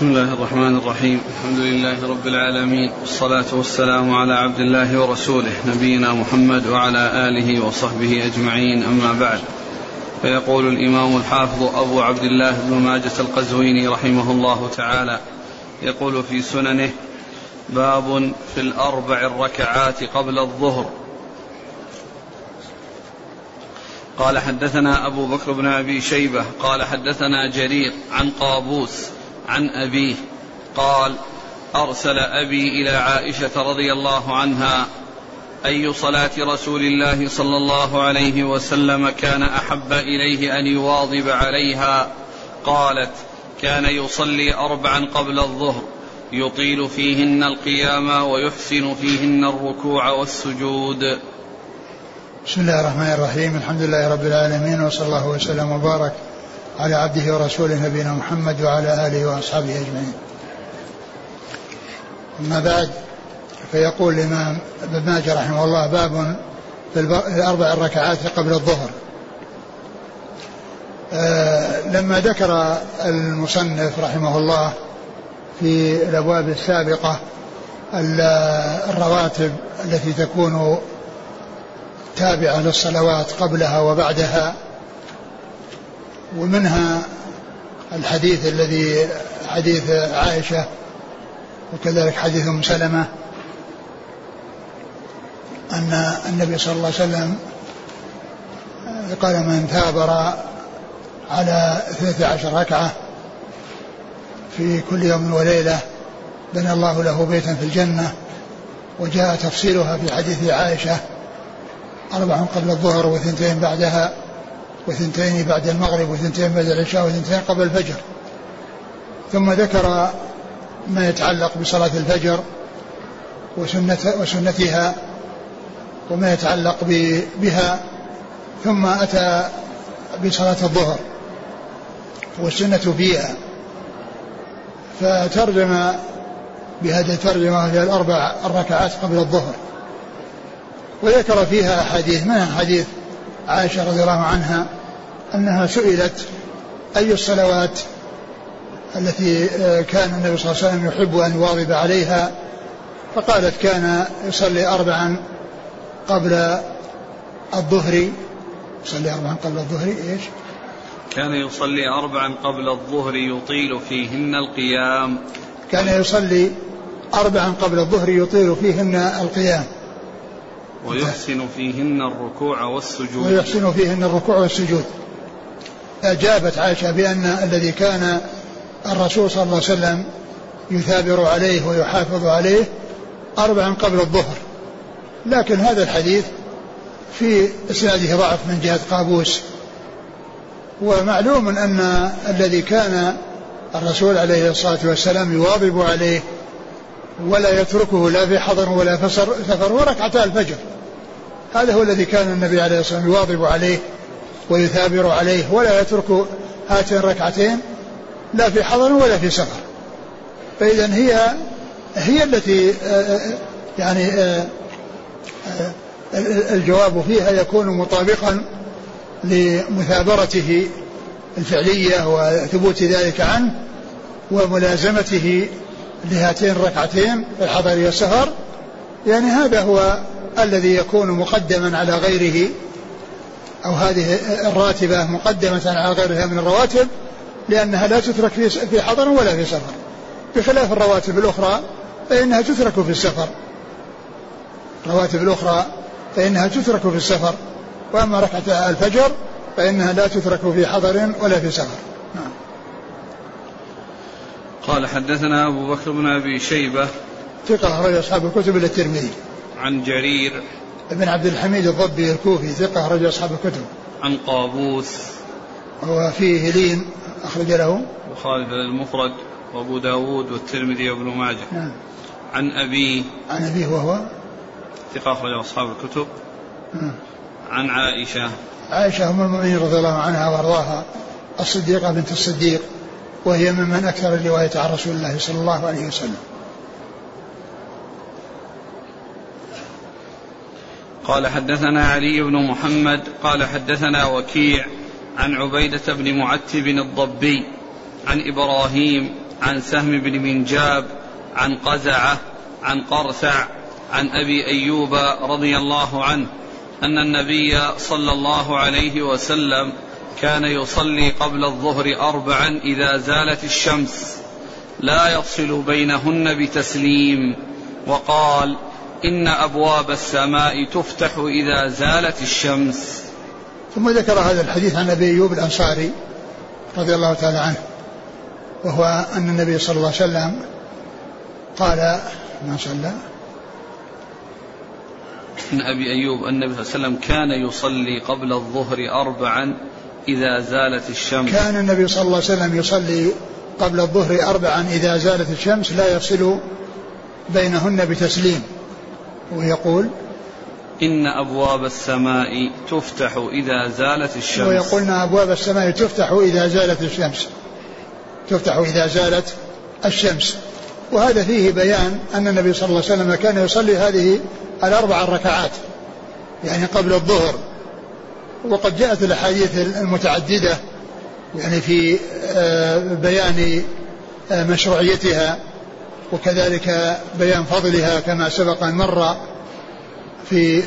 بسم الله الرحمن الرحيم. الحمد لله رب العالمين، والصلاة والسلام على عبد الله ورسوله نبينا محمد وعلى آله وصحبه أجمعين، أما بعد. فيقول الإمام الحافظ أبو عبد الله بن ماجة القزويني رحمه الله تعالى، يقول في سننه: باب في الأربع الركعات قبل الظهر. قال حدثنا أبو بكر بن أبي شيبة قال حدثنا جرير عن قابوس عن أبيه قال: أرسل أبي إلى عائشة رضي الله عنها: أي صلاة رسول الله صلى الله عليه وسلم كان أحب إليه أن يواظب عليها؟ قالت: كان يصلي 4 قبل الظهر يطيل فيهن القيام ويحسن فيهن الركوع والسجود. بسم الله الرحمن الرحيم. الحمد لله رب العالمين، وصلى الله وسلم وبارك على عبده ورسوله نبينا محمد وعلى آله وأصحابه أجمعين. أما بعد، فيقول الإمام ابن ماجه رحمه الله: باب في الأربع الركعات قبل الظهر. لما ذكر المصنف رحمه الله في الأبواب السابقة الرواتب التي تكون تابعة للصلوات قبلها وبعدها، ومنها الحديث الذي حديث عائشة وكذلك حديث أم سلمة أن النبي صلى الله عليه وسلم قال: من ثابر على 12 ركعة في كل يوم وليلة بنى الله له بيتا في الجنة. وجاء تفصيلها في حديث عائشة: 4 قبل الظهر و2 بعدها، و2 بعد المغرب، و2 بعد العشاء، و2 قبل الفجر. ثم ذكر ما يتعلق بصلاة الفجر وسنتها وما يتعلق بها، ثم أتى بصلاة الظهر والسنة فيها، فترجم بهذه الترجمة هي 4 الركعات قبل الظهر. وذكر فيها أحاديث، منها حديث عائشة رضي الله عنها أنها سئلت: أي الصلوات التي كان النبي صلى الله عليه وسلم يحب أن يواظب عليها؟ فقالت: كان يصلي 4 قبل الظهر. يصلي 4 قبل الظهر إيش؟ كان يصلي 4 قبل الظهر يطيل فيهن القيام. كان يصلي 4 قبل الظهر يطيل فيهن القيام ويحسن فيهن الركوع والسجود. ويحسن فيهن الركوع والسجود. أجابت عائشة بأن الذي كان الرسول صلى الله عليه وسلم يثابر عليه ويحافظ عليه 4 قبل الظهر. لكن هذا الحديث في إسناده ضعف من جهة قابوس. ومعلوم أن الذي كان الرسول عليه الصلاة والسلام يواظب عليه ولا يتركه لا في حضر ولا في سفر وركعتا الفجر، هذا هو الذي كان النبي عليه الصلاة والسلام يواظب عليه ويثابر عليه، ولا يترك هاتين الركعتين لا في حضر ولا في سفر. فإذن هي التي يعني الجواب فيها يكون مطابقا لمثابرته الفعلية وثبوت ذلك عنه وملازمته لهاتين الركعتين في الحضر والسفر. يعني هذا هو الذي يكون مقدما على غيره، أو هذه الراتبة مقدمة على غيرها من الرواتب، لأنها لا تترك في حضر ولا في سفر، بخلاف الرواتب الأخرى فإنها تترك في السفر. الرواتب الأخرى فإنها تترك في السفر، وأما ركعة الفجر فإنها لا تترك في حضر ولا في سفر. نعم. قال حدثنا أبو بكر بن أبي شيبة ثقة أخرج أصحاب الكتب إلا الترمذي. عن جرير ابن عبد الحميد الضبي الكوفي ثقة أخرج أصحاب الكتب. عن قابوس هو فيه لين أخرج له البخاري في المفرد وأبو داود والترمذي وابن ماجه. نعم. عن أبيه وهو ثقة أخرج أصحاب الكتب. عن عائشة أم المؤمنين رضي الله عنها وارضاها، الصديقة بنت الصديق، وهي ممن أكثر الرواية عن رسول الله صلى الله عليه وسلم. قال حدثنا علي بن محمد قال حدثنا وكيع عن عبيدة بن معتب الضبي عن إبراهيم عن سهم بن منجاب عن قزعة عن قرثع عن أبي أيوب رضي الله عنه أن النبي صلى الله عليه وسلم كان يصلي قبل الظهر 4 إذا زالت الشمس لا يفصل بينهن بتسليم، وقال: إن أبواب السماء تفتح إذا زالت الشمس. ثم ذكر هذا الحديث عن أبي أيوب الأنصاري رضي الله تعالى عنه، وهو أن النبي صلى الله عليه وسلم قال: ما صلى من أبي أيوب النبي صلى الله عليه وسلم كان يصلي قبل الظهر 4 إذا زالت الشمس. كان النبي صلى الله عليه وسلم يصلي قبل الظهر 4 إذا زالت الشمس لا يفصل بينهن بتسليم، ويقول: إن أبواب السماء تفتح إذا زالت الشمس. ويقول: إن أبواب السماء تفتح إذا زالت الشمس، تفتح إذا زالت الشمس. وهذا فيه بيان أن النبي صلى الله عليه وسلم كان يصلي هذه 4 ركعات يعني قبل الظهر، وقد جاءت الأحاديث المتعددة يعني في بيان مشروعيتها، وكذلك بيان فضلها كما سبق أن مر في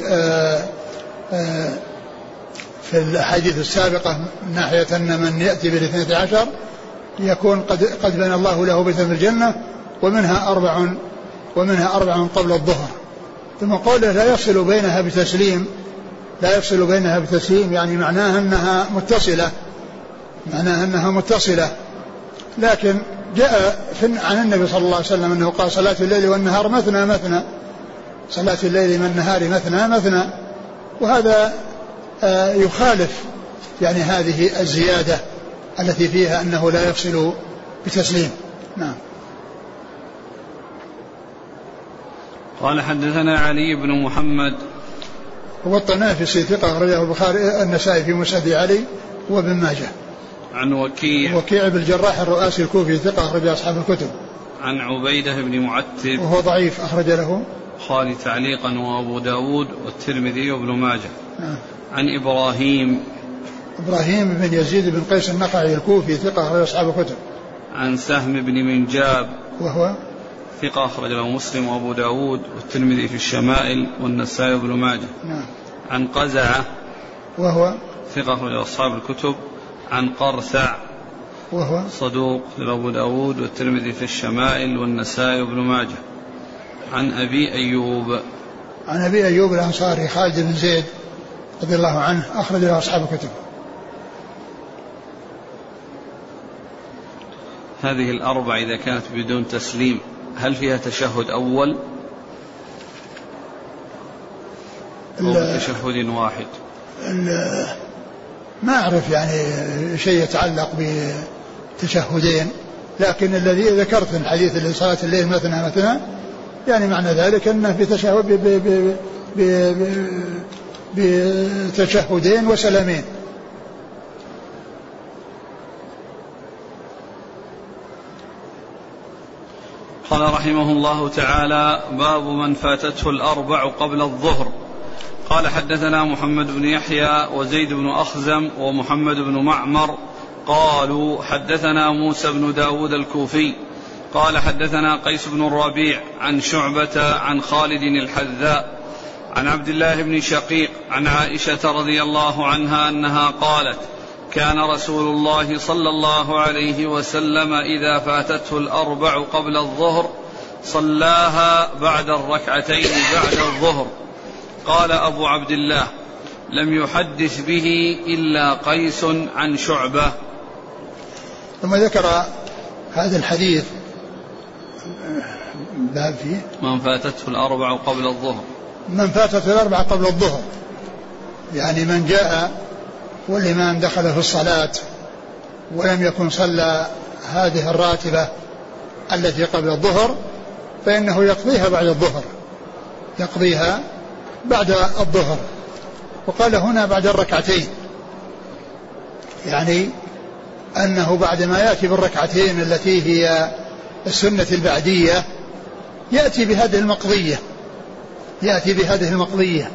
الأحاديث السابقة، من ناحية أن من يأتي بال12 يكون قد بنى الله له بيتا في الجنة، ومنها 4 قبل الظهر. ثم قوله لا يفصل بينها بتسليم، لا يفصل بينها بتسليم يعني معناها أنها متصلة، لكن جاء عن النبي صلى الله عليه وسلم أنه قال: صلاة الليل والنهار مثنى مثنى، صلاة الليل والنهار مثنى مثنى، وهذا يخالف يعني هذه الزيادة التي فيها أنه لا يفصل بتسليم. نعم. قال: حدثنا علي بن محمد هو الطنافسي ثقة أخرجه البخاري النسائي في مسند علي وابن ماجه. عن وكيع بن الجراح الرؤاسي الكوفي ثقة أخرج أصحاب الكتب. عن عبيدة بن معتب وهو ضعيف أخرج له البخاري تعليقا وأبو داود والترمذي وابن ماجه. عن إبراهيم بن يزيد بن قيس النخعي الكوفي ثقة أخرج أصحاب الكتب. عن سهم بن منجاب وهو ثقة أخرج له مسلم وأبو داود والترمذي في الشمائل والنسائي وابن ماجه. عن قزعة وهو ثقة أخرج أصحاب الكتب. عن قرثع وهو صدوق لأبو داود والترمذي في الشمائل والنسائي وابن ماجه. عن أبي أيوب الأنصاري خالد بن زيد رضي الله عنه أخرج له أصحاب الكتب. هذه 4 إذا كانت بدون تسليم هل فيها تشهد أول أو بتشهد واحد؟ ما أعرف يعني شيء يتعلق بتشهدين، لكن الذي ذكرت في الحديث اللي صلاة الليل مثنى مثنى يعني معنى ذلك أنه بتشهد بتشهدين وسلامين. قال رحمه الله تعالى: باب من فاتته 4 قبل الظهر. قال: حدثنا محمد بن يحيى وزيد بن أخزم ومحمد بن معمر قالوا: حدثنا موسى بن داود الكوفي قال: حدثنا قيس بن الربيع عن شعبة عن خالد الحذاء عن عبد الله بن شقيق عن عائشة رضي الله عنها أنها قالت: كان رسول الله صلى الله عليه وسلم إذا فاتته 4 قبل الظهر صلاها بعد 2 بعد الظهر. قال أبو عبد الله: لم يحدث به إلا قيس عن شعبة. ثم ذكر هذا الحديث باب فيه من فاتته 4 قبل الظهر، من فاتته 4 قبل الظهر يعني من جاء والإمام دخل في الصلاة ولم يكن صلى هذه الراتبة التي قبل الظهر فإنه يقضيها بعد الظهر، يقضيها بعد الظهر. وقال هنا بعد 2 يعني أنه بعد ما يأتي بال2 التي هي السنة البعدية يأتي بهذه المقضية.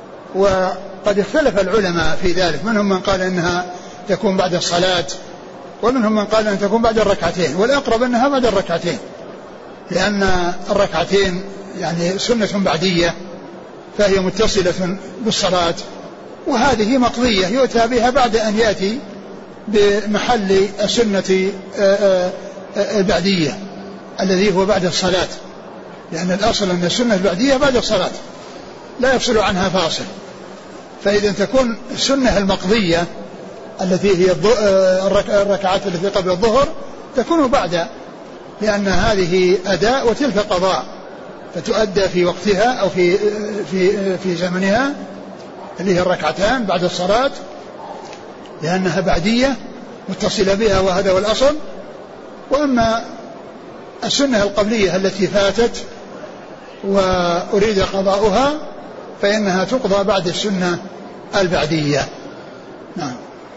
وقد اختلف العلماء في ذلك، منهم من قال إنها تكون بعد الصلاة ومنهم من قال أن تكون بعد الركعتين، والأقرب أنها بعد الركعتين، لأن الركعتين يعني سنة بعدية فهي متصلة بالصلاة، وهذه مقضية يؤتى بها بعد أن يأتي بمحل السنة البعدية الذي هو بعد الصلاة، لأن الأصل أن السنة البعدية بعد الصلاة لا يفصل عنها فاصل. فإذا تكون السنة المقضية التي هي الركعات التي قبل الظهر تكون بعد، لأن هذه أداء وتلك قضاء، فتؤدى في وقتها أو في زمنها اللي هي الركعتان بعد الصلاة، لأنها بعدية متصلة بها، وهذا هو الأصل. وأما السنة القبلية التي فاتت وأريد قضاؤها فإنها تقضى بعد السنة البعدية. نعم.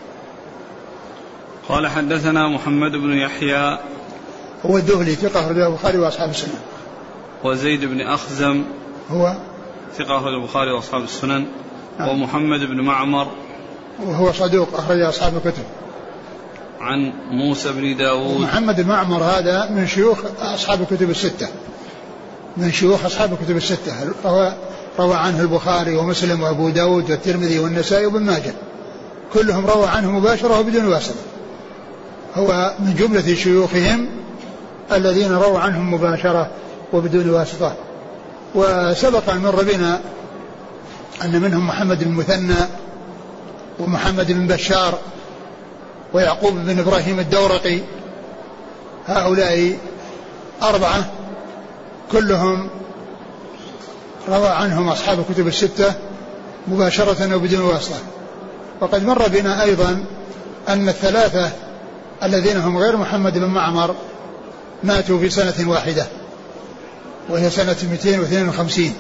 قال حدثنا محمد بن يحيى هو الدهلي ثقة أخرج البخاري وأصحاب السنن. وزيد بن أخزم هو ثقة أخرج البخاري وأصحاب السنن. نعم. ومحمد بن معمر وهو صدوق أخرج أصحاب الكتب. عن موسى بن داود. محمد بن معمر هذا من شيوخ أصحاب الكتب الستة، من شيوخ أصحاب الكتب الستة، روى عنه البخاري ومسلم وأبو داود والترمذي والنسائي وابن ماجه، كلهم روى عنه مباشرة وبدون واسطة، هو من جملة شيوخهم الذين روى عنهم مباشرة وبدون واسطة. وسبق أن مر بنا أن منهم محمد بن مثنى ومحمد بن بشار ويعقوب بن إبراهيم الدورقي، هؤلاء أربعة كلهم روى عنهم أصحاب الكتب الستة مباشرة وبدون واسطة. وقد مر بنا أيضا أن الثلاثة الذين هم غير محمد بن معمر ماتوا في سنة واحدة وهي سنة 252،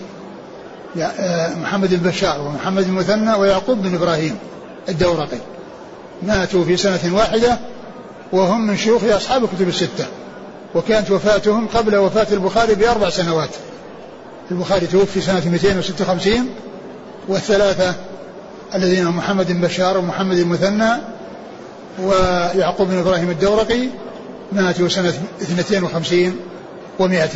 محمد بن بشار ومحمد بن مثنى ويعقوب بن إبراهيم الدورقي ماتوا في سنة واحدة وهم من شيوخ أصحاب الكتب الستة، وكانت وفاتهم قبل وفاة البخاري ب4 سنوات. البخاري توفي سنة 256، والثلاثة الذين هم محمد بن بشار ومحمد بن مثنى ويعقوب بن إبراهيم الدورقي ماتوا سنة 52 و200.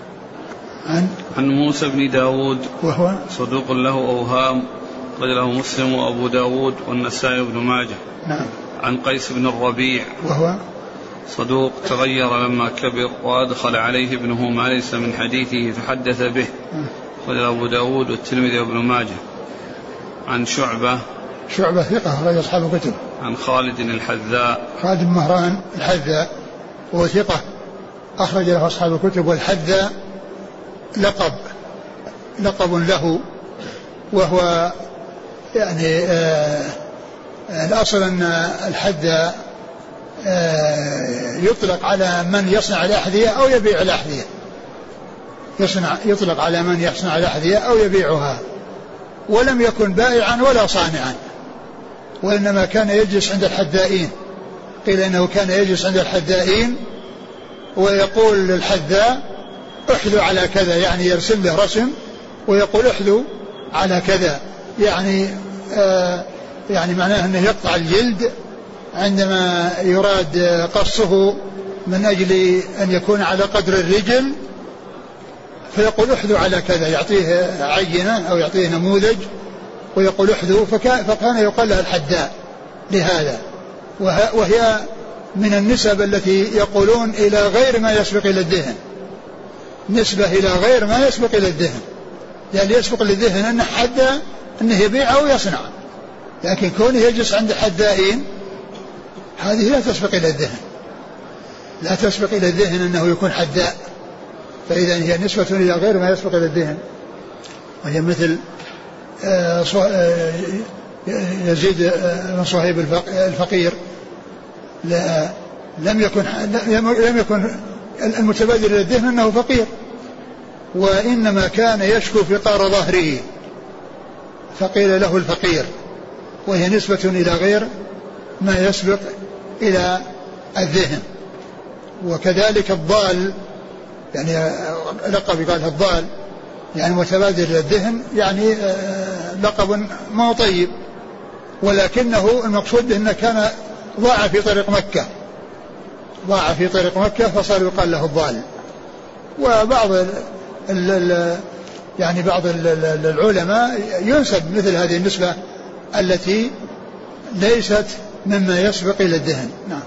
عن موسى بن داود وهو صدوق له أوهام رجله مسلم وأبو داود والنسائي بن ماجه. نعم. عن قيس بن الربيع وهو صدوق تغير لما كبر وأدخل عليه ابنه ما ليس من حديثه فحدث به، رجل أبو داود والترمذي وابن ماجه. عن شعبة ثقة رجل أصحاب الكتب. عن خالد الحذاء خالد بن مهران الحذاء وهو ثقة أخرج له أصحاب الكتب. والحذاء لقب له، وهو يعني الأصل أن الحذاء يطلق على من يصنع الأحذية أو يبيع الأحذية، يطلق على من يصنع الأحذية أو يبيعها، ولم يكن بائعا ولا صانعا، وإنما كان يجلس عند الحذائين. قيل إنه كان يجلس عند الحذائين ويقول للحذاء احذو على كذا، يعني يرسم له رسم ويقول احذو على كذا، يعني معناه أنه يقطع الجلد عندما يراد قصه من أجل أن يكون على قدر الرجل، فيقول احذو على كذا، يعطيه عينة أو يعطيه نموذج ويقول احذو، فكان يقال له الحذاء لهذا. وهي من النسب التي يقولون إلى غير ما يسبق إلى الذهن، نسبة إلى غير ما يسبق إلى الذهن، يعني يسبق للذهن أن حذاء أنه يبيع أو يصنع، لكن كونه يجلس عند حذائين هذه لا تسبق إلى الذهن، لا تسبق إلى الذهن أنه يكون حذاء، فإذا هي نسبة إلى غير ما يسبق إلى الذهن. وهي مثل يزيد بن صهيب الفقير، لم يكن المتبادر إلى الذهن أنه فقير، وإنما كان يشكو فقار ظهره فقيل له الفقير، وهي نسبة إلى غير ما يسبق إلى الذهن. وكذلك الضال، يعني لقب قال الضال يعني متبادر إلى الذهن، يعني لقب ما هو طيب، ولكنه المقصود به أنه كان ضاع في طريق مكة ضاع في طريق مكة فصار يقال له الضال. وبعض يعني بعض العلماء ينسب مثل هذه النسبة التي ليست مما يسبق إلى الدهن. نعم.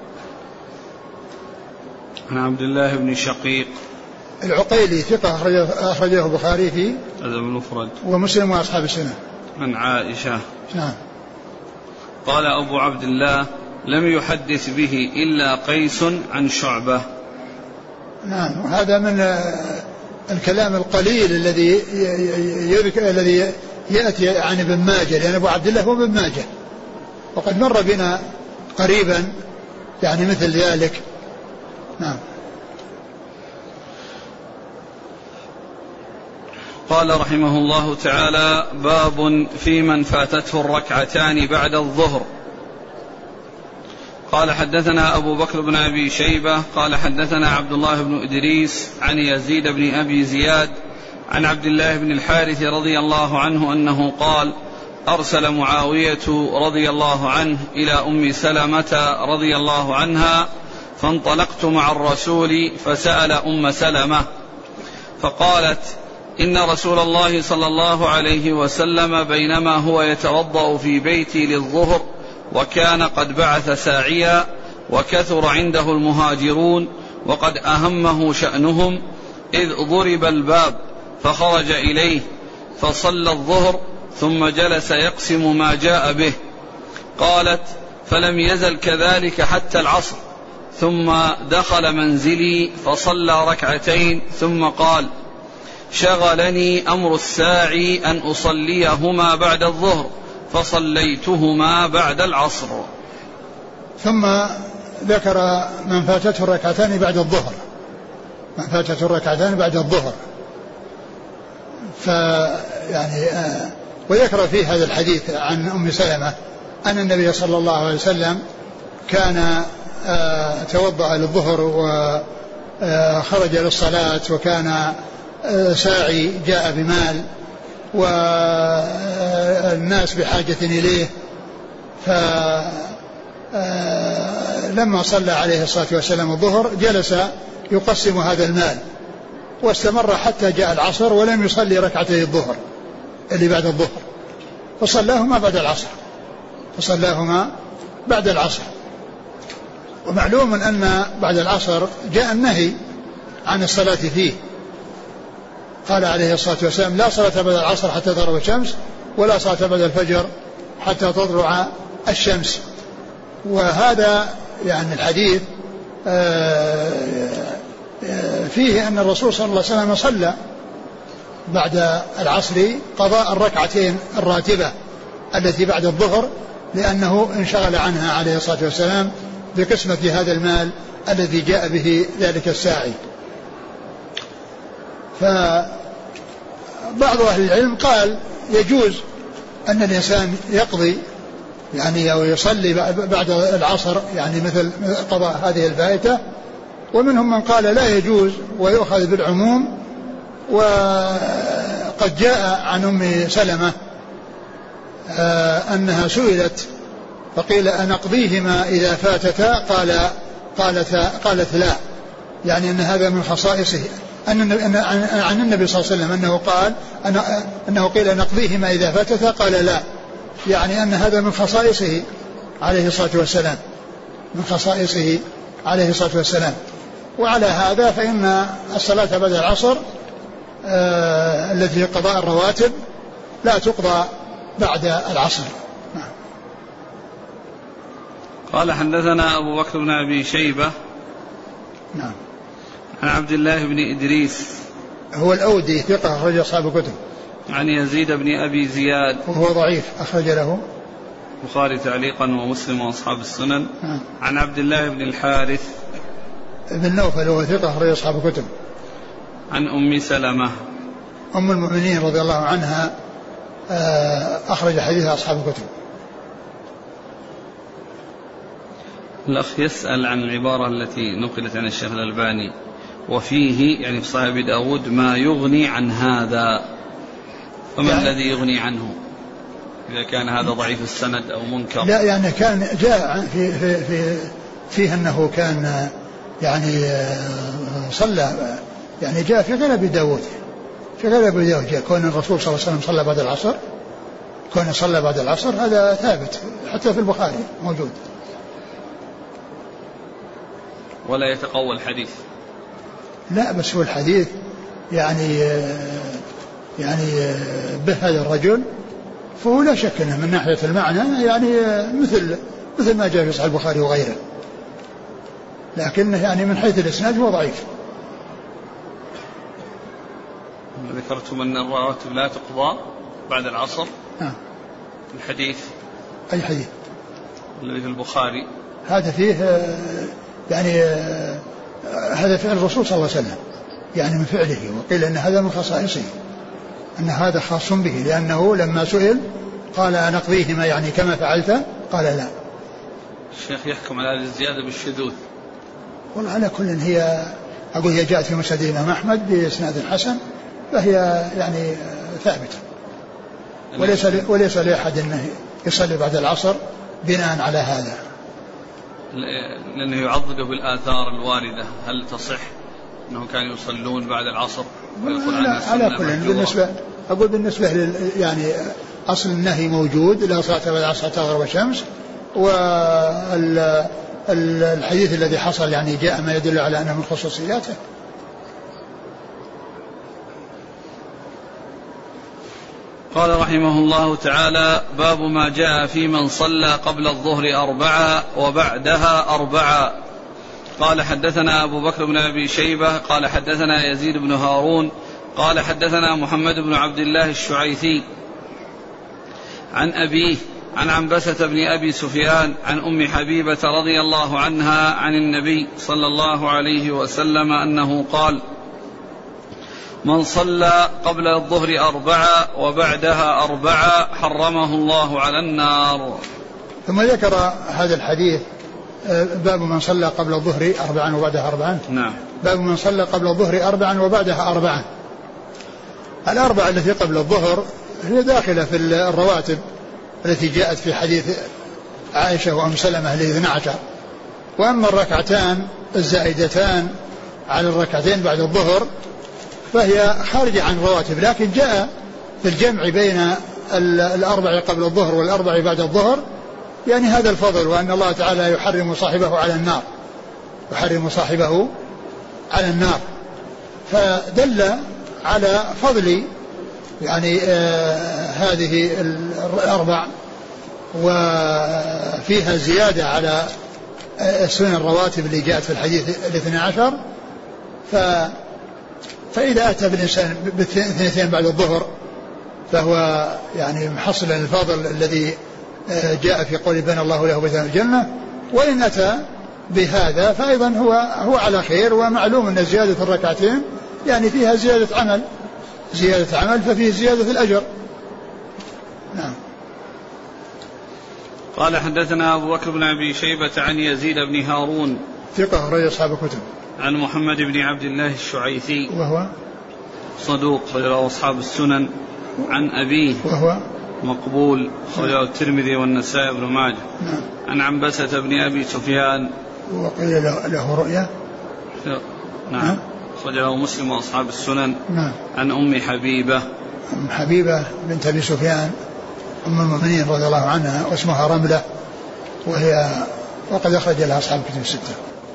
عن عبد الله بن شقيق العقيلي ثقة أخرجه البخاري في الأدب المفرد ومسلم وأصحاب السنة. عن عائشة. نعم. قال أبو عبد الله لم يحدث به إلا قيس عن شعبة. نعم. وهذا من الكلام القليل الذي يأتي عن ابن ماجه، لأن أبو عبد الله هو ابن ماجه، وقد مر بنا قريبا يعني مثل ذلك. نعم. قال رحمه الله تعالى باب في من فاتته الركعتان بعد الظهر. قال حدثنا أبو بكر بن أبي شيبة قال حدثنا عبد الله بن إدريس عن يزيد بن أبي زياد عن عبد الله بن الحارث رضي الله عنه أنه قال أرسل معاوية رضي الله عنه إلى أم سلمة رضي الله عنها فانطلقت مع الرسول فسأل أم سلمة فقالت إن رسول الله صلى الله عليه وسلم بينما هو يتوضأ في بيتي للظهر وكان قد بعث ساعيا وكثر عنده المهاجرون وقد أهمه شأنهم إذ ضرب الباب فخرج إليه فصلى الظهر ثم جلس يقسم ما جاء به. قالت فلم يزل كذلك حتى العصر ثم دخل منزلي فصلى ركعتين ثم قال شغلني أمر الساعي أن أصليهما بعد الظهر فصليتهما بعد العصر. ثم ذكر من فاتته الركعتان بعد الظهر، من فاتته الركعتان بعد الظهر، فيعني وذكر في هذا الحديث عن أم سلمة أن النبي صلى الله عليه وسلم كان توضأ للظهر وخرج للصلاة وكان ساعي جاء بمال والناس بحاجة إليه، فلما صلى عليه الصلاة والسلام الظهر جلس يقسم هذا المال واستمر حتى جاء العصر ولم يصلي ركعتي الظهر اللي بعد الظهر فصلاهما بعد العصر. ومعلوم أن بعد العصر جاء النهي عن الصلاة فيه، قال عليه الصلاة والسلام لا صلاة بعد العصر حتى تغرب الشمس ولا صلاة بعد الفجر حتى تطلع الشمس. وهذا يعني الحديث فيه أن الرسول صلى الله عليه وسلم صلى بعد العصر قضاء الركعتين الراتبة التي بعد الظهر لأنه انشغل عنها عليه الصلاة والسلام بقسمة هذا المال الذي جاء به ذلك الساعي. فبعض أهل العلم قال يجوز أن الإنسان يقضي يعني أو يصلي بعد العصر يعني مثل قضاء هذه الفائتة، ومنهم من قال لا يجوز ويؤخذ بالعموم. وقد جاء عن أم سلمة أنها سئلت فقيل أنقضيهما إذا فاتتا قالت لا، يعني أن هذا من خصائصه، عن النبي صلى الله عليه وسلم أنه قال أنه قيل نقضيهما إذا فاتتا قال لا، يعني أن هذا من خصائصه عليه الصلاة والسلام، من خصائصه عليه الصلاة والسلام. وعلى هذا فإن الصلاة بعد العصر التي قضاء الرواتب لا تقضى بعد العصر. قال حدثنا أبو بكر بن أبي شيبة نعم عن عبد الله بن إدريس هو الأودي ثقة أخرج أصحاب الكتب، عن يزيد بن أبي زياد وهو ضعيف أخرج له البخاري تعليقا ومسلم وأصحاب السنن. عن عبد الله بن الحارث بن نوفل وهو ثقة أخرج أصحاب الكتب. عن أم سلمة أم المؤمنين رضي الله عنها أخرج حديثها أصحاب الكتب. الأخ يسأل عن العبارة التي نقلت عن الشيخ الألباني وفيه يعني في صحيح أبي داود ما يغني عن هذا، فما يعني الذي يغني عنه إذا كان هذا ضعيف السند أو منكر؟ لا يعني كان جاء فيه أنه كان يعني صلى، يعني جاء في غير أبي داود، في غير أبي داود جاء كون الرسول صلى الله عليه وسلم صلى بعد العصر، كون صلى بعد العصر هذا ثابت حتى في البخاري موجود. ولا يتقوى الحديث؟ لا، بس هو الحديث يعني به هذا الرجل، فهو لا شك انه من ناحية المعنى يعني مثل ما جاء في صحيح البخاري وغيره، لكنه يعني من حيث الإسناد هو ضعيف. ذكرتم أن الرواتب لا تقضى بعد العصر. الحديث أي حديث؟ الذي في البخاري هذا فيه يعني هذا فعل الرسول صلى الله عليه وسلم، يعني من فعله، وقيل أن هذا من خصائصه، أن هذا خاص به، لأنه لما سئل قال أنقضيهما يعني كما فعلت؟ قال لا. الشيخ يحكم على هذه الزيادة بالشذوذ. والله على كل هي جاءت في مسند الإمام أحمد بإسناد حسن، فهي يعني ثابتة، وليس لأحد أنه يصلي بعد العصر بناء على هذا، لأنه يعضده بالآثار الواردة. هل تصح أنه كانوا يصلون بعد العصر؟ على كل بالنسبة يعني أصل النهي موجود، لا صلاة بعد العصر حتى تغرب الشمس، والحديث الذي حصل يعني جاء ما يدل على أنه من خصوصياته. قال رحمه الله تعالى: باب ما جاء في من صلى قبل الظهر 4 وبعدها 4. قال حدثنا أبو بكر بن أبي شيبة قال حدثنا يزيد بن هارون قال حدثنا محمد بن عبد الله الشعيثي عن أبيه عن عنبسة بن أبي سفيان عن أم حبيبة رضي الله عنها عن النبي صلى الله عليه وسلم أنه قال: من صلى قبل الظهر 4 وبعدها 4 حرمه الله على النار. ثم ذكر هذا الحديث باب من صلى قبل الظهر 4 وبعدها 4. نعم. باب من صلى قبل الظهر 4 وبعدها 4. الأربعة التي قبل الظهر هي داخلة في الرواتب التي جاءت في حديث عائشة وأم سلمة ل 12، وأما الركعتان الزائدتان على الركعتين بعد الظهر فهي خارجة عن الرواتب، لكن جاء في الجمع بين الأربع قبل الظهر والأربع بعد الظهر يعني هذا الفضل، وأن الله تعالى يحرم صاحبه على النار، يحرم صاحبه على النار، فدل على فضل يعني هذه الأربع، وفيها زيادة على السنن الرواتب اللي جاءت في الحديث 12. فإذا أتى بالإنسان بالاثنتين بعد الظهر فهو يعني محصل الفضل الذي جاء في قول بنى الله له بيتا في الجنة، وإن أتى بهذا فأيضا هو على خير، ومعلوم أن زيادة الركعتين يعني فيها زيادة عمل ففيه زيادة الأجر. نعم. قال حدثنا أبو بكر بن أبي شيبة عن يزيد بن هارون ثقة رجل أصحاب الكتب، عن محمد بن عبد الله الشعيثي وهو صدوق رجل أصحاب السنن، عن أبيه وهو مقبول رجل الترمذي والنسائي بن ماجه. نعم. عن عنبسة بن أبي سفيان وقيل له رؤيا. نعم. رجله مسلم وأصحاب السنن. نعم. عن أم حبيبة بنت أبي سفيان أم المؤمنين رضي الله عنها، واسمها رملة، وقد أخرج لها أصحاب الكتب 6.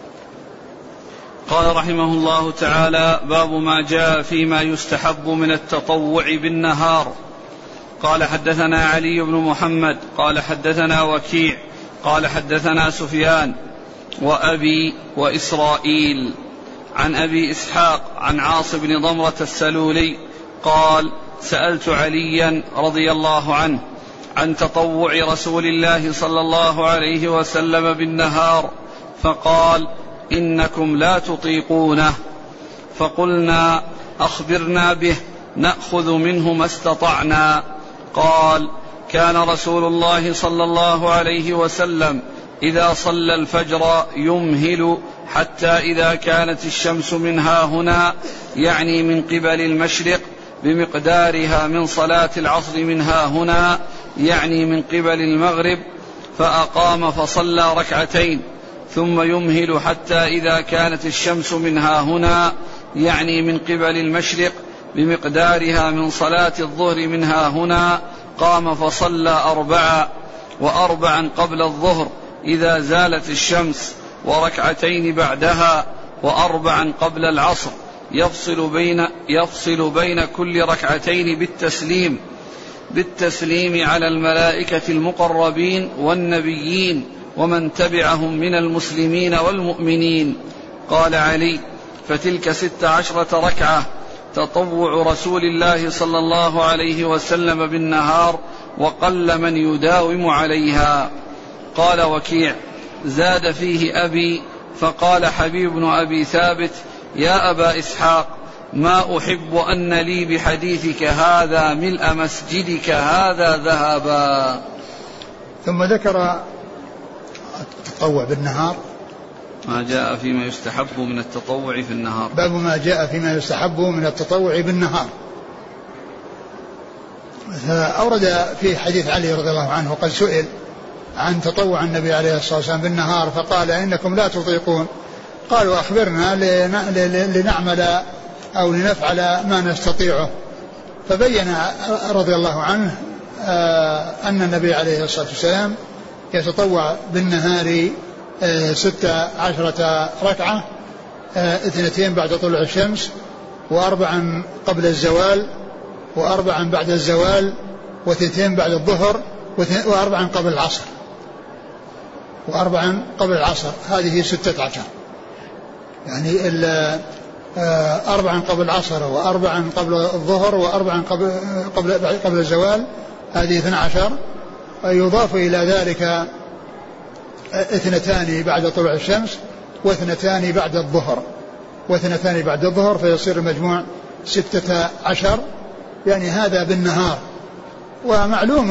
قال رحمه الله تعالى: باب ما جاء فيما يستحب من التطوع بالنهار. قال حدثنا علي بن محمد قال حدثنا وكيع قال حدثنا سفيان وأبي وإسرائيل عن أبي إسحاق عن عاصم بن ضمرة السلولي قال: سألت عليا رضي الله عنه عن تطوع رسول الله صلى الله عليه وسلم بالنهار، فقال: إنكم لا تطيقونه. فقلنا: أخبرنا به نأخذ منه ما استطعنا. قال: كان رسول الله صلى الله عليه وسلم إذا صلى الفجر يمهل حتى إذا كانت الشمس من هاهنا، يعني من قبل المشرق، بمقدارها من صلاة العصر من هاهنا، يعني من قبل المغرب، فأقام فصلى ركعتين، ثم يمهل حتى إذا كانت الشمس منها هنا، يعني من قبل المشرق، بمقدارها من صلاة الظهر منها هنا، قام فصلى 4 و4 قبل الظهر إذا زالت الشمس، وركعتين بعدها، و4 قبل العصر، يفصل بين كل ركعتين بالتسليم على الملائكة المقربين والنبيين ومن تبعهم من المسلمين والمؤمنين. قال علي: فتلك 16 ركعة تطوع رسول الله صلى الله عليه وسلم بالنهار، وقل من يداوم عليها. قال وكيع: زاد فيه أبي، فقال حبيب بن أبي ثابت: يا أبا إسحاق، ما أحب أن لي بحديثك هذا ملء مسجدك هذا ذهبا. ثم ذكر التطوع بالنهار، ما جاء فيما يستحب من التطوع في النهار. باب ما جاء فيما يستحب من التطوع بالنهار. فأورد في حديث علي رضي الله عنه قد سئل عن تطوع النبي عليه الصلاة والسلام بالنهار فقال: إنكم لا تطيقون. قالوا: أخبرنا لنعمل أو لنفعل ما نستطيعه. فبين رضي الله عنه أن النبي عليه الصلاة والسلام يتطوع بالنهار 16 ركعة، 2 بعد طلوع الشمس، و4 قبل الزوال، و4 بعد الزوال، و2 بعد الظهر، و4 قبل العصر، و4 قبل العصر. هذه 16، يعني 4 قبل العصر، و4 قبل الظهر، و4 قبل الزوال، هذه 12. يضاف إلى ذلك 2 بعد طلوع الشمس، و2 بعد الظهر، و2 بعد الظهر، فيصير المجموع 16. يعني هذا بالنهار. ومعلوم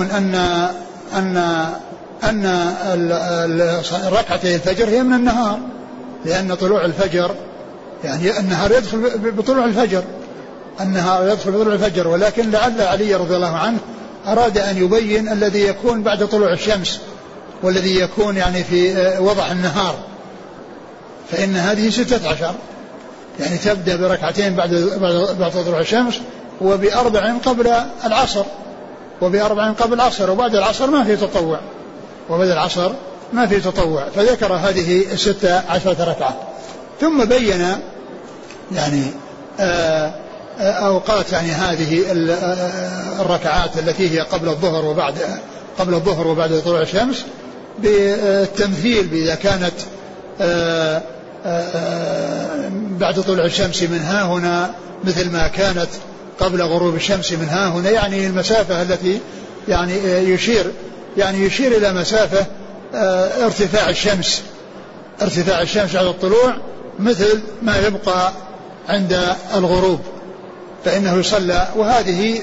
أن ركعتي الفجر هي من النهار، لأن طلوع الفجر يعني النهار يدخل بطلوع الفجر، النهار يدخل بطلوع الفجر. ولكن لعل علي رضي الله عنه أراد أن يبين الذي يكون بعد طلوع الشمس، والذي يكون يعني في وضح النهار، فإن هذه 16، يعني تبدأ بركعتين بعد طلوع الشمس، وب4 قبل العصر، وبعد العصر ما في تطوع، فذكر هذه 16 ركعة. ثم بين يعني أوقات يعني هذه الركعات التي هي قبل الظهر وبعد طلوع الشمس، بالتمثيل بإذا كانت بعد طلوع الشمس من ها هنا مثل ما كانت قبل غروب الشمس من ها هنا، يعني المسافة التي يعني يشير إلى مسافة ارتفاع الشمس على الطلوع مثل ما يبقى عند الغروب، فإنه يصلى. وهذه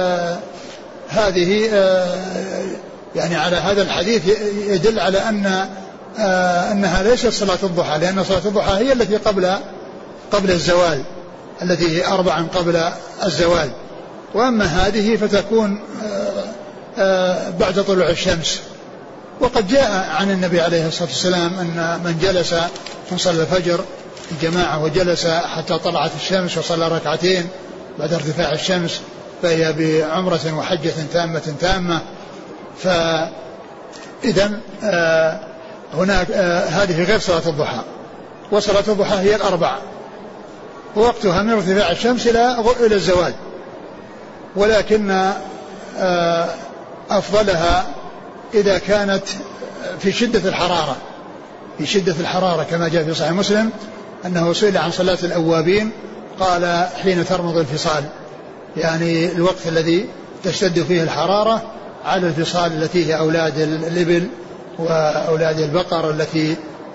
يعني على هذا الحديث يدل على أنها ليست صلاة الضحى، لأن صلاة الضحى هي التي قبل الزوال، التي هي 4 قبل الزوال. وأما هذه فتكون بعد طلوع الشمس. وقد جاء عن النبي عليه الصلاة والسلام أن من جلس من صلى الفجر الجماعة وجلس حتى طلعت الشمس وصلى ركعتين بعد ارتفاع الشمس فهي بعمرة وحجة تامة. فإذن هناك هذه غير صلاة الضحى. وصلاة الضحى هي 4، ووقتها من ارتفاع الشمس إلى الزوال، ولكن أفضلها إذا كانت في شدة الحرارة، كما جاء في صحيح مسلم أنه سئل عن صلاة الأوابين قال: حين ترمض الفصال، يعني الوقت الذي تشتد فيه الحرارة على الفصال التي هي أولاد الإبل وأولاد البقر التي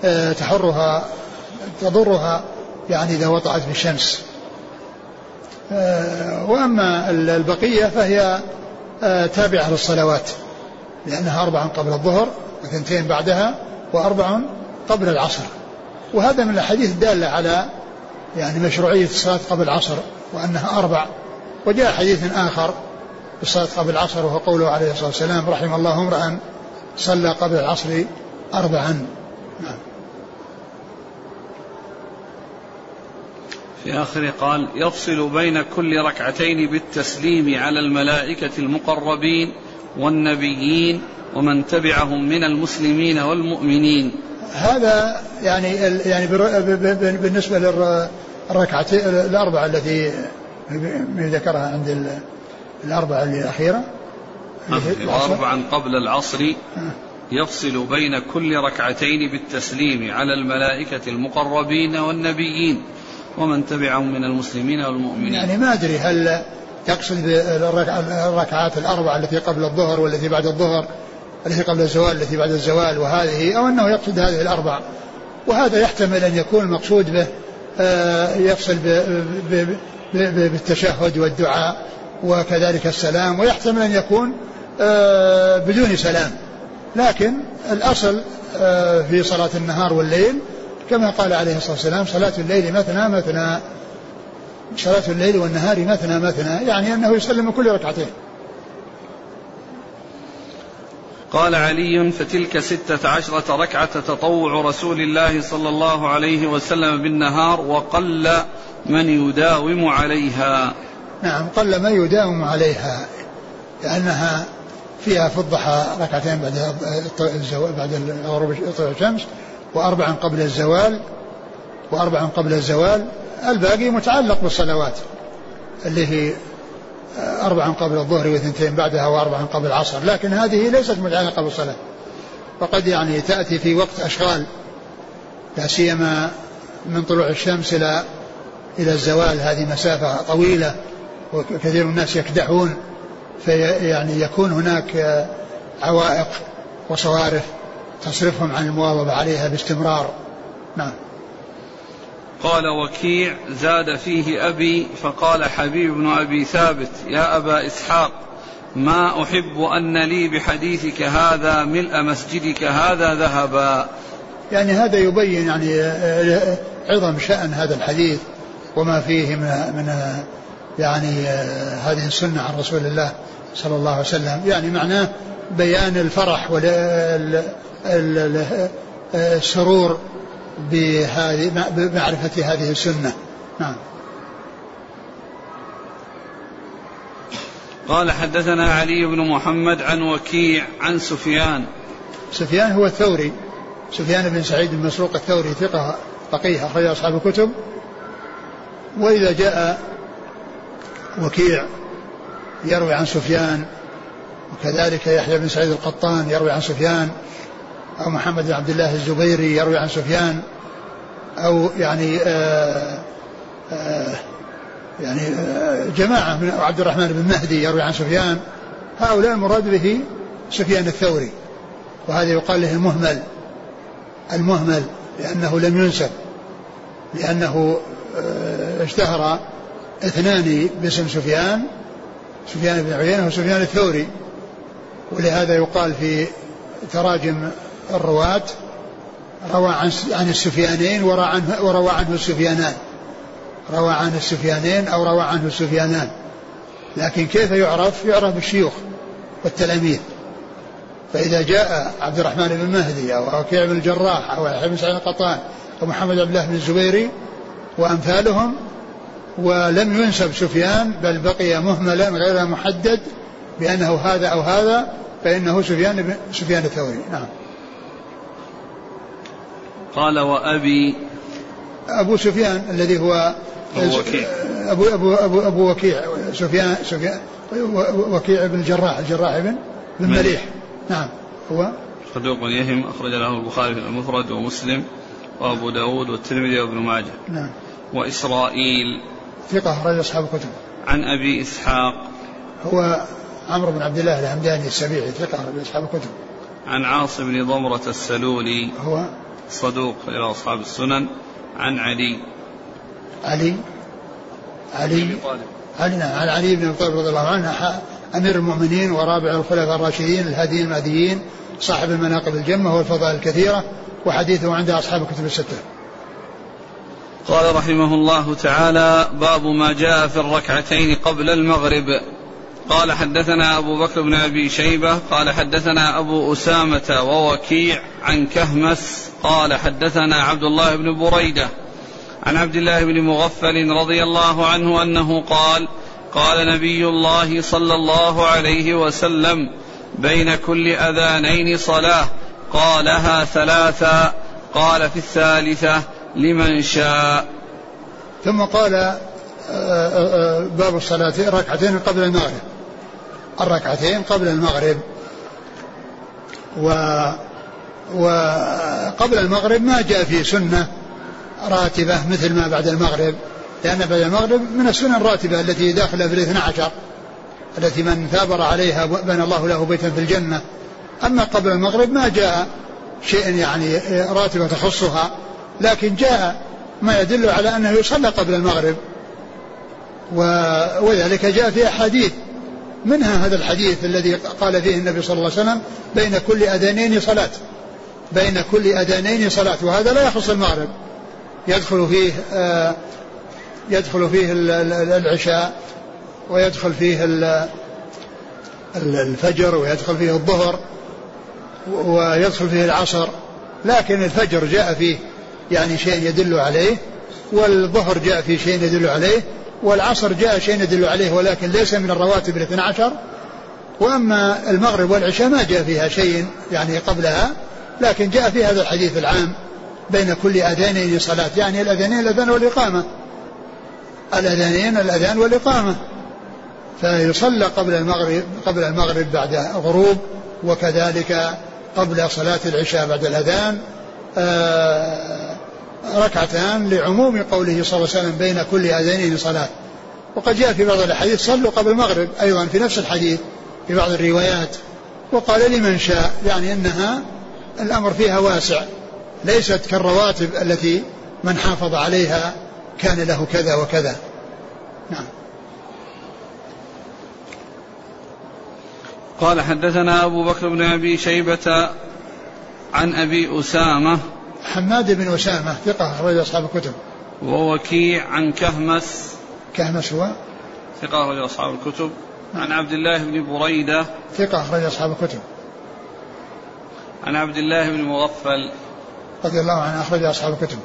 تضرها يعني إذا وطأت بالشمس. وأما البقية فهي تابعة للصلوات، لأنها 4 قبل الظهر، و2 بعدها، و4 قبل العصر. وهذا من الحديث الدالة على يعني مشروعية الصلاة قبل العصر وأنها 4. وجاء حديث آخر في الصلاة قبل العصر وهو قوله عليه الصلاة والسلام: رحم الله امرأ صلى قبل العصر 4. في آخره قال يفصل بين كل ركعتين بالتسليم على الملائكة المقربين والنبيين ومن تبعهم من المسلمين والمؤمنين. هذا يعني بالنسبة للركعتين الأربعة التي ذكرها عند الأربعة الأخيرة وأربعا قبل العصر يفصل بين كل ركعتين بالتسليم على الملائكة المقربين والنبيين ومن تبعهم من المسلمين والمؤمنين. يعني ما أدري هل يقصد الركعات الأربعة التي قبل الظهر والتي بعد الظهر، التي قبل الزوال التي بعد الزوال، وهذه أو أنه يقصد هذه الأربع، وهذا يحتمل أن يكون المقصود به يفصل بالتشهد والدعاء وكذلك السلام، ويحتمل أن يكون بدون سلام، لكن الأصل في صلاة النهار والليل كما قال عليه الصلاة والسلام صلاة الليل مثنى مثنى، صلاة الليل والنهار مثنى مثنى، يعني أنه يسلم كل ركعتين. قال علي فتلك 16 ركعة تطوع رسول الله صلى الله عليه وسلم بالنهار وقل من يداوم عليها. نعم قل من يداوم عليها، لأنها فيها في الضحى ركعتين بعد غروب الشمس، وأربعا قبل الزوال، الباقي متعلق بالصلوات اللي هي 4 قبل الظهر و2 بعدها و4 قبل العصر، لكن هذه ليست متعلقة بالصلاة، وقد يعني تأتي في وقت أشغال، لا سيما من طلوع الشمس إلى الزوال، هذه مسافة طويلة وكثير من الناس يكدحون، فيعني يكون هناك عوائق وصوارف تصرفهم عن المواظبة عليها باستمرار. نعم. قال وكيع زاد فيه أبي فقال حبيب بن أبي ثابت يا أبا إسحاق ما أحب أن لي بحديثك هذا ملء مسجدك هذا ذهبا. يعني هذا يبين يعني عظم شأن هذا الحديث وما فيه من يعني هذه السنة عن رسول الله صلى الله عليه وسلم، يعني معناه بيان الفرح والسرور بمعرفة هذه السنة. نعم. قال حدثنا علي بن محمد عن وكيع عن سفيان هو الثوري، سفيان بن سعيد بن مسروق الثوري ثقة فقيه أخرج أصحاب الكتب. وإذا جاء وكيع يروي عن سفيان، وكذلك يحيى بن سعيد القطان يروي عن سفيان، أو محمد بن عبد الله الزبيري يروي عن سفيان، أو يعني جماعة من عبد الرحمن بن مهدي يروي عن سفيان، هؤلاء المراد به سفيان الثوري، وهذا يقال له المهمل لأنه لم ينسب، لأنه اشتهر اثنان باسم سفيان بن عيينة وسفيان الثوري، ولهذا يقال في تراجم الرواة روى عن السفيانين وروى عنه السفيانان، روى عن السفيانين أو روى عنه السفيانان، لكن كيف يعرف بالشيوخ والتلاميذ. فإذا جاء عبد الرحمن بن مهدي أو وكيع بن الجراح أو يحيى بن سعيد القطان أو محمد بن عبد الله بن الزبيري وأمثالهم ولم ينسب سفيان بل بقي مهملا غير محدد بأنه هذا أو هذا، فإنه سفيان الثوري. نعم. قال وأبي أبو سفيان الذي هو وكيع أبو وكيع سفيان وكيع بن الجراح بن مليح. نعم. هو صدوق يهم أخرج له البخاري في المفرد ومسلم وأبو داود والترمذي وابن ماجه. نعم. وإسرائيل ثقة أخرج أصحاب الكتب. عن أبي إسحاق هو عمرو بن عبد الله الهمداني السبيعي ثقة أخرج أصحاب الكتب. عن عاصم بن ضمرة السلولي هو صدوق إلى أصحاب السنن. عن علي عن علي بن أبي طالب رضي الله عنه أمير المؤمنين ورابع الخلفاء الراشدين الهاديين المهديين صاحب المناقب الجمة والفضائل الكثيرة، وحديثه عند أصحاب الكتب الستة. قال رحمه الله تعالى باب ما جاء في الركعتين قبل المغرب. قال حدثنا أبو بكر بن أبي شيبة قال حدثنا أبو أسامة ووكيع عن كهمس قال حدثنا عبد الله بن بريدة عن عبد الله بن مغفل رضي الله عنه أنه قال قال نبي الله صلى الله عليه وسلم بين كل أذانين صلاة قالها ثلاثا قال في الثالثة لمن شاء. ثم قال باب الصلاة ركعتين قبل المغرب، الركعتين قبل المغرب. وقبل المغرب ما جاء في سنة راتبة مثل ما بعد المغرب، لأن بعد المغرب من السنن الراتبة التي داخلة في 12 التي من ثابر عليها بنى الله له بيتا في الجنة. أما قبل المغرب ما جاء شيء يعني راتبة تخصها، لكن جاء ما يدل على أنه يصلى قبل المغرب، وذلك جاء في أحاديث، منها هذا الحديث الذي قال فيه النبي صلى الله عليه وسلم بين كل أذانين صلاة، بين كل أذانين صلاة، وهذا لا يخص المغرب، يدخل فيه العشاء، ويدخل فيه الفجر، ويدخل فيه الظهر، ويدخل فيه العصر. لكن الفجر جاء فيه يعني شيء يدل عليه، والظهر جاء فيه شيء يدل عليه، والعصر جاء شيء يدل عليه ولكن ليس من الرواتب 12. وأما المغرب والعشاء ما جاء فيها شيء يعني قبلها، لكن جاء في هذا الحديث العام بين كل أذانين صلاة، يعني الأذانين الأذان والإقامة، الأذانين الأذان والإقامة، فيصلى قبل المغرب بعد غروب، وكذلك قبل صلاة العشاء بعد الأذان ركعتان، لعموم قوله صلى الله عليه وسلم بين كل أذانين صلاة. وقد جاء في بعض الحديث صلوا قبل المغرب أيضا في نفس الحديث في بعض الروايات. وقال لمن شاء، يعني أنها الأمر فيها واسع، ليست كالرواتب التي من حافظ عليها كان له كذا وكذا. نعم. قال حدثنا أبو بكر بن أبي شيبة عن أبي أسامة حماد بن أسامة ثقة أخرج أصحاب الكتب، ووكيع عن كهمس هو ثقة أخرج أصحاب الكتب، عن عبد الله بن بريدة ثقة أخرج أصحاب الكتب، عن عبد الله بن مغفل رضي الله عنه أخرج أصحاب الكتب.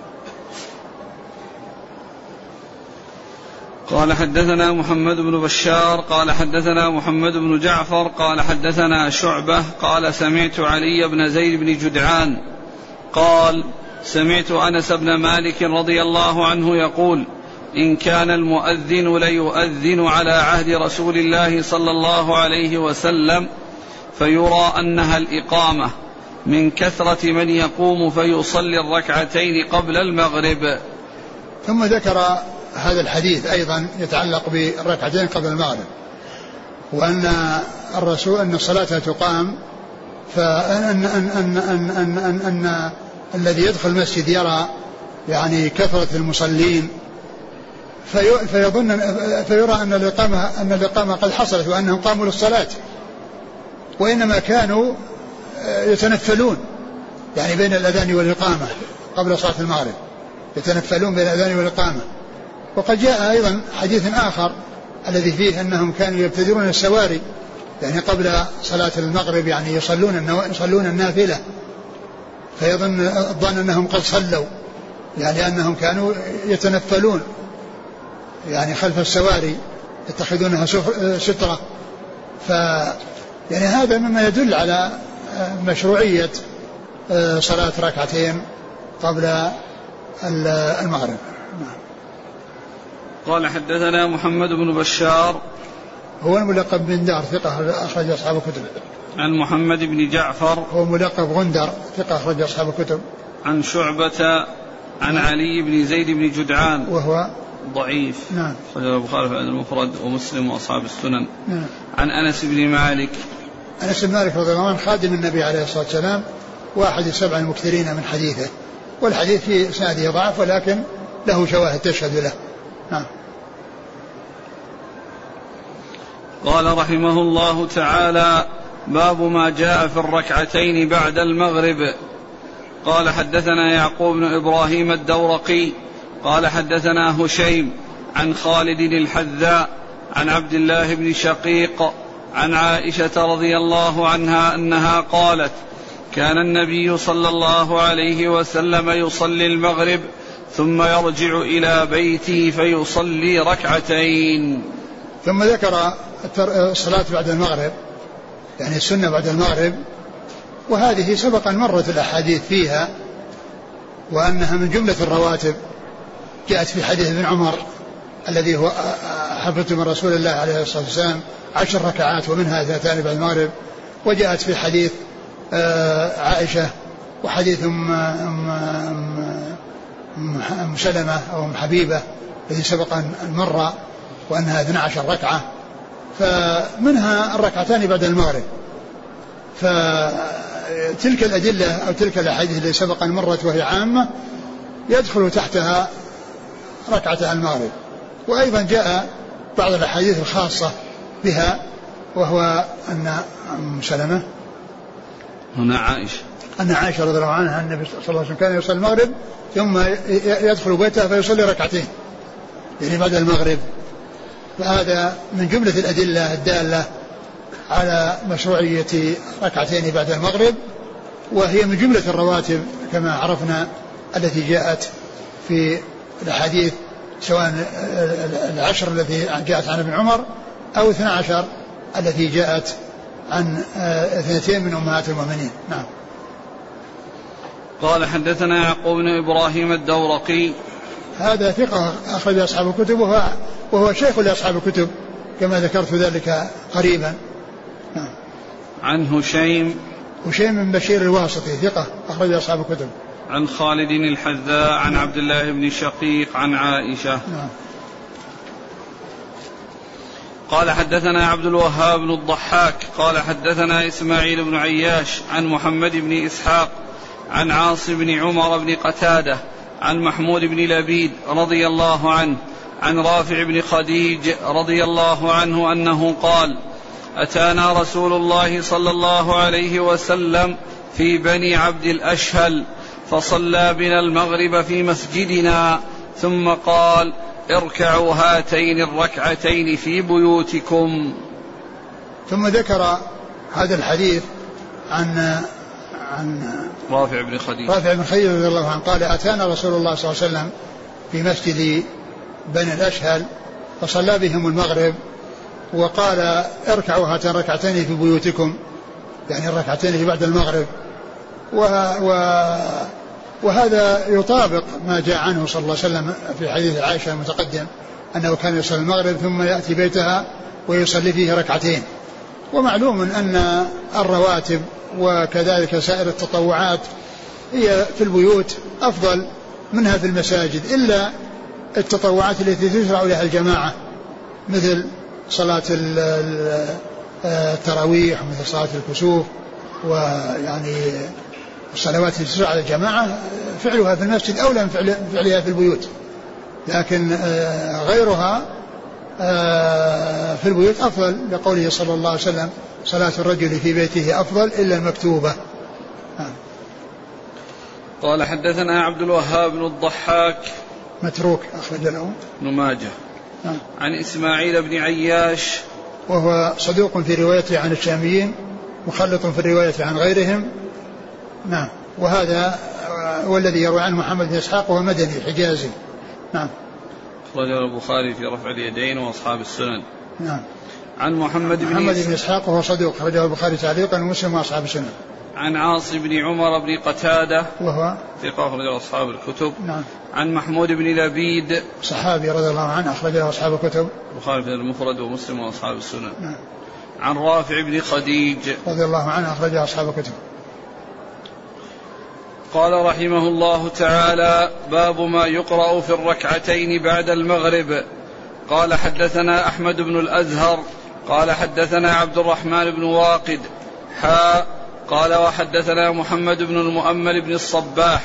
قال حدثنا محمد بن بشار قال حدثنا محمد بن جعفر قال حدثنا شعبة قال سمعت علي بن زيد بن جدعان قال سمعت أنس بن مالك رضي الله عنه يقول إن كان المؤذن ليؤذن على عهد رسول الله صلى الله عليه وسلم فيرى أنها الإقامة من كثرة من يقوم فيصلي الركعتين قبل المغرب. ثم ذكر هذا الحديث أيضا يتعلق بالركعتين قبل المغرب، وأن الرسول أن الصلاة تقام، فأن أن الذي يدخل المسجد يرى يعني كثرة المصلين فيرى أن الإقامة قد حصلت وأنهم قاموا للصلاة، وإنما كانوا يتنفلون يعني بين الأذان والإقامة قبل صلاة المغرب، يتنفلون بين الأذان والإقامة. وقد جاء أيضا حديث آخر الذي فيه أنهم كانوا يبتدرون السواري يعني قبل صلاة المغرب، يعني يصلون النافلة، فيظن أنهم قد صلوا، يعني أنهم كانوا يتنفلون يعني خلف السواري يتخذونها سترة. يعني هذا مما يدل على مشروعية صلاة ركعتين قبل المغرب. قال حدثنا محمد بن بشار هو الملقب بن دار ثقة أخرج أصحاب الكتب، عن محمد بن جعفر هو ملقب غندر ثقة أخرج أصحاب الكتب، عن شعبة عن علي بن زيد بن جدعان وهو ضعيف. نعم. أخرجه البخاري في المفرد ومسلم وأصحاب السنن. نعم. عن أنس بن مالك رضي الله عنه خادم النبي عليه الصلاة والسلام، واحد السبع المكثرين من حديثه، والحديث في إسناده ضعف ولكن له شواهد تشهد له. نعم. قال رحمه الله تعالى باب ما جاء في الركعتين بعد المغرب. قال حدثنا يعقوب بن إبراهيم الدورقي قال حدثنا هشيم عن خالد الحذاء عن عبد الله بن شقيق عن عائشة رضي الله عنها أنها قالت كان النبي صلى الله عليه وسلم يصلي المغرب ثم يرجع إلى بيتي فيصلي ركعتين. ثم ذكر الصلاة بعد المغرب، يعني السنة بعد المغرب، وهذه سبقا مرت الأحاديث فيها، وأنها من جملة الرواتب. جاءت في حديث ابن عمر الذي هو حفظت من رسول الله عليه الصلاة والسلام 10 ركعات ومنها 2 بعد المغرب. وجاءت في حديث عائشة وحديث أم سلمة أو أم حبيبة الذي سبقا مر وأنها 12 ركعة، فمنها 2 بعد المغرب. فتلك الأدلة أو تلك الأحاديث التي سبقا مرت وهي عامة يدخل تحتها 2 المغرب. وأيضا جاء بعض الأحاديث الخاصة بها، وهو أن أم سلمة هنا عائشة أن عائشة رضي الله عنها النبي صلى الله عليه وسلم كان يصلي المغرب ثم يدخل بيته فيصلي 2 يعني بعد المغرب. فهذا من جملة الأدلة الدالة على مشروعية 2 بعد المغرب، وهي من جملة الرواتب كما عرفنا التي جاءت في الحديث، سواء 10 التي جاءت عن ابن عمر أو 12 التي جاءت عن 2 من أمهات المؤمنين. نعم. قال حدثنا يعقوب بن إبراهيم الدورقي، هذا ثقة أخرج أصحاب الكتب وهو شيخ لأصحاب الكتب كما ذكرت ذلك قريبا. نعم. عن هشيم بن بشير الواسطي ثقة أخرج أصحاب الكتب. عن خالد الحذاء عن عبد الله بن شقيق عن عائشة. نعم. قال حدثنا عبد الوهاب بن الضحاك قال حدثنا إسماعيل بن عياش عن محمد بن إسحاق عن عاص بن عمر بن قتادة عن محمود بن لبيد رضي الله عنه عن رافع بن خديج رضي الله عنه أنه قال: أتانا رسول الله صلى الله عليه وسلم في بني عبد الأشهل فصلى بنا المغرب في مسجدنا ثم قال: اركعوا هاتين الركعتين في بيوتكم. ثم ذكر هذا الحديث عن رافع بن خديج رضي الله عنه قال: أتانا رسول الله صلى الله عليه وسلم في مسجد بني الأشهل فصلى بهم المغرب وقال: اركعوا هاتين الركعتين في بيوتكم، يعني الركعتين بعد المغرب. وهذا يطابق ما جاء عنه صلى الله عليه وسلم في حديث عائشة المتقدم أنه كان يصلي المغرب ثم يأتي بيتها ويصلي فيه 2. ومعلوم أن الرواتب وكذلك سائر التطوعات هي في البيوت أفضل منها في المساجد، إلا التطوعات التي تشرع لها الجماعة مثل صلاة التراويح ومثل صلاة الكسوف، ويعني الصلوات التي تشرع على الجماعة فعلها في المسجد أولى من فعلها في البيوت، لكن غيرها في البيوت أفضل، لقوله صلى الله عليه وسلم: صلاة الرجل في بيته أفضل إلا المكتوبة. قال حدثنا عبد الوهاب بن الضحاك متروك أخرج له ابن ماجه. عن إسماعيل بن عياش وهو صدوق في روايته عن الشاميين مخلط في الرواية عن غيرهم. نعم. وهذا هو الذي يروي عنه محمد بن إسحاق وهو مدني حجازي. نعم. أخرجه البخاري في رفع اليدين وأصحاب السنن. نعم. عن محمد بن إسحاق وهو صدوق أخرجه البخاري تعليقا ومسلم وأصحاب السنن. عن عاص بن عمر بن قتادة وهو ثقة أخرجه أصحاب الكتب. نعم. عن محمود بن لبيد صحابي رضي الله عنه أخرجه أصحاب الكتب البخاري في المفرد ومسلم وأصحاب السنن. نعم. عن رافع بن خديج رضي الله عنه أخرجه أصحاب الكتب. قال رحمه الله تعالى: باب ما يقرأ في الركعتين بعد المغرب. قال حدثنا أحمد بن الأزهر قال حدثنا عبد الرحمن بن واقد قال وحدثنا محمد بن المؤمل بن الصباح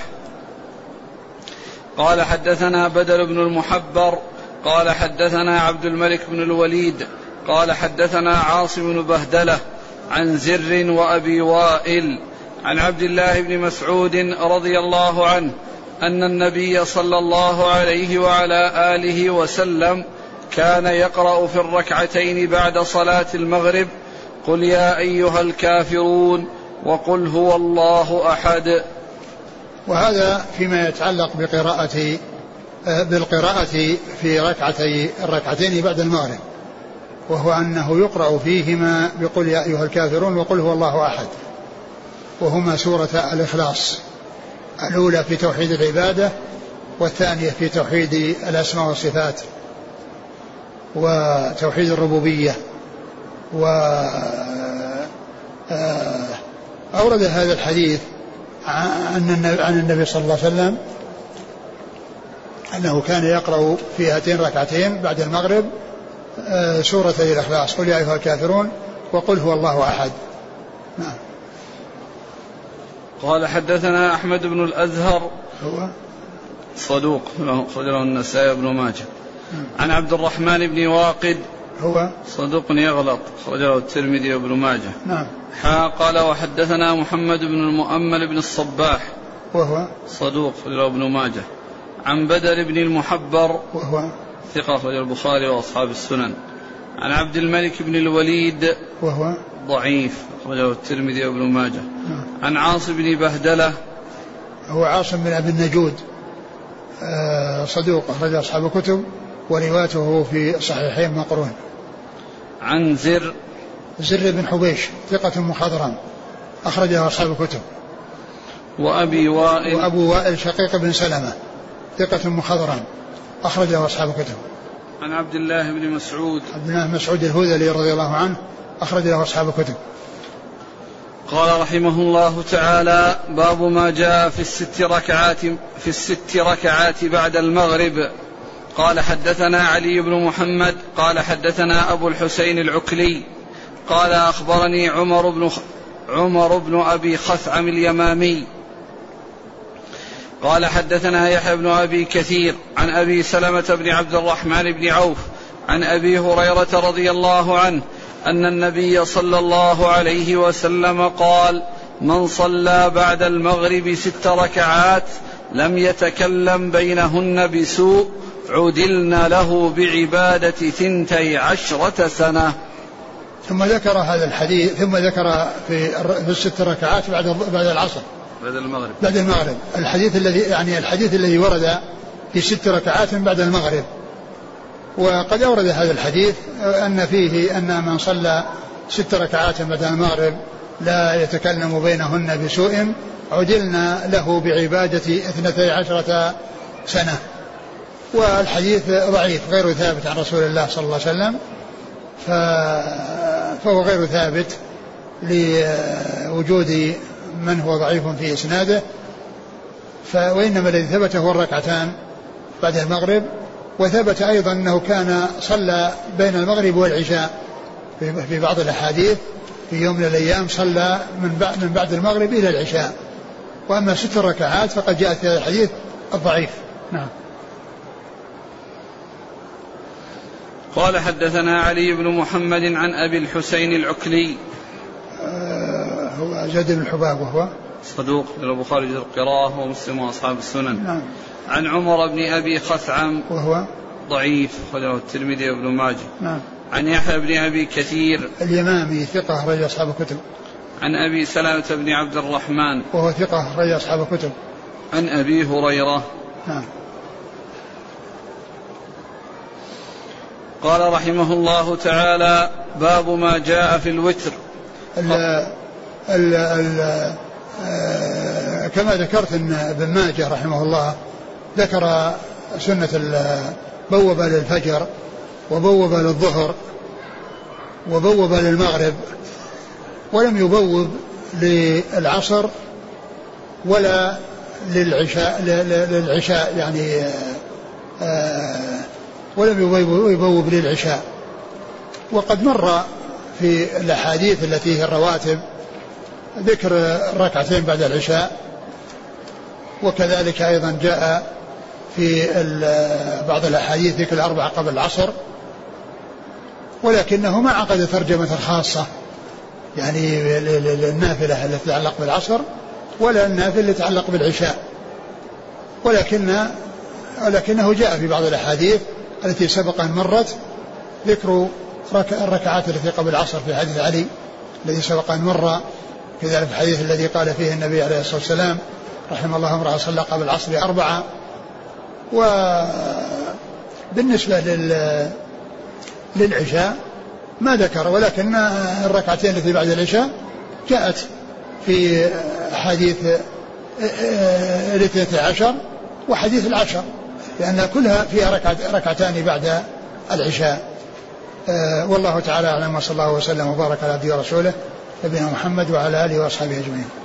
قال حدثنا بدر بن المحبر قال حدثنا عبد الملك بن الوليد قال حدثنا عاصم بن بهدلة عن زر وأبي وائل عن عبد الله بن مسعود رضي الله عنه أن النبي صلى الله عليه وعلى آله وسلم كان يقرأ في الركعتين بعد صلاة المغرب: قل يا أيها الكافرون وقل هو الله أحد. وهذا فيما يتعلق بقراءة بالقراءة في الركعتين بعد المغرب، وهو أنه يقرأ فيهما بقل يا أيها الكافرون وقل هو الله أحد، وهما سورة الإخلاص، الأولى في توحيد العبادة والثانية في توحيد الأسماء والصفات وتوحيد الربوبية. أورد هذا الحديث عن النبي صلى الله عليه وسلم أنه كان يقرأ في هاتين ركعتين بعد المغرب سورة الإخلاص، قل يا أيها الكافرون وقل هو الله أحد. نعم. قال حدثنا أحمد بن الأزهر هو صدوق خرجه النسائي بن ماجه. عن عبد الرحمن بن واقد هو صدوق يغلط خرجه الترمذي وابن ماجه. نعم. قال وحدثنا محمد بن المؤمل بن الصباح وهو صدوق خرجه ابن ماجه. عن بدر بن المحبر وهو ثقة خرجه البخاري وأصحاب السنن. عن عبد الملك بن الوليد وهو ضعيف خرجه الترمذي وابن ماجه. عن عاصم بن بهدلة هو عاصم بن أبي النجود صدوق أخرج أصحاب الكتب وروايته في صحيحين مقرون. عن زر بن حبيش ثقة مخضرم أخرجه أصحاب الكتب. وأبو وائل شقيق بن سلمة ثقة مخضرم أخرجه أصحاب الكتب. عن عبد الله بن مسعود الهذلي رضي الله عنه أخرجه أصحاب الكتب. قال رحمه الله تعالى باب ما جاء في الست ركعات بعد المغرب. قال حدثنا علي بن محمد قال حدثنا أبو الحسين العكلي قال أخبرني عمر بن أبي خثعم اليمامي قال حدثنا يحيى بن أبي كثير عن أبي سلمة بن عبد الرحمن بن عوف عن أبي هريرة رضي الله عنه أن النبي صلى الله عليه وسلم قال من صلى بعد المغرب 6 ركعات لم يتكلم بينهن بسوء عدلنا له بعبادة 12 سنة. ثم ذكر هذا الحديث ثم ذكر في 6 ركعات بعد العصر بعد المغرب الحديث الذي ورد في 6 ركعات بعد المغرب. وقد أورد هذا الحديث أن فيه أن من صلى 6 ركعات بعد المغرب لا يتكلم بينهن بسوء عدلنا له بعبادة 12 سنة. والحديث ضعيف غير ثابت عن رسول الله صلى الله عليه وسلم، فهو غير ثابت لوجود من هو ضعيف في إسناده، وإنما الذي ثبت هو الركعتان بعد المغرب. وثبت أيضا أنه كان صلى بين المغرب والعشاء في بعض الأحاديث في يوم من الأيام صلى من بعد المغرب إلى العشاء. وأما 6 ركعات فقد جاءت في هذا الحديث الضعيف. نعم. قال حدثنا علي بن محمد عن أبي الحسين العكلي هو زيد بن الحباب وهو صدوق البخاري في القراءة ومسلم وأصحاب السنن. نعم. عن عمر بن أبي خثعم وهو ضعيف خرجه الترمذي وابن ماجه. نعم. عن يحيى بن أبي كثير اليمامي ثقة أخرج أصحاب الكتب. عن أبي سلمة بن عبد الرحمن وهو ثقة أخرج أصحاب الكتب. عن أبي هريرة. نعم. قال رحمه الله تعالى باب ما جاء في الوتر. كما ذكرت ان ابن ماجه رحمه الله ذكر سنة بوب للفجر وبوب للظهر وبوب للمغرب، ولم يبوب للعصر ولا للعشاء يعني ولم يبوب للعشاء. وقد مر في الأحاديث التي هي الرواتب ذكر الركعتين بعد العشاء، وكذلك أيضا جاء في بعض الأحاديث ذكر 4 قبل العصر، ولكنه ما عقد ترجمة خاصة يعني للنافلة التي تتعلق بالعصر ولا النافلة التي تتعلق بالعشاء، ولكنه جاء في بعض الأحاديث التي سبق أن مرت ذكر الركعات التي قبل العصر في حديث علي الذي سبق أن مر، كذلك الحديث الذي قال فيه النبي عليه الصلاة والسلام رحم الله امرأ صلى قبل العصر 4، وبالنسبة للعشاء ما ذكر، ولكن الركعتين التي بعد العشاء جاءت في حديث 12 وحديث 10، لأن كلها فيها ركعتان بعد العشاء. والله تعالى أعلم، وصلى الله وسلم وبارك على عبده ورسوله نبينا محمد وعلى آله وأصحابه أجمعين.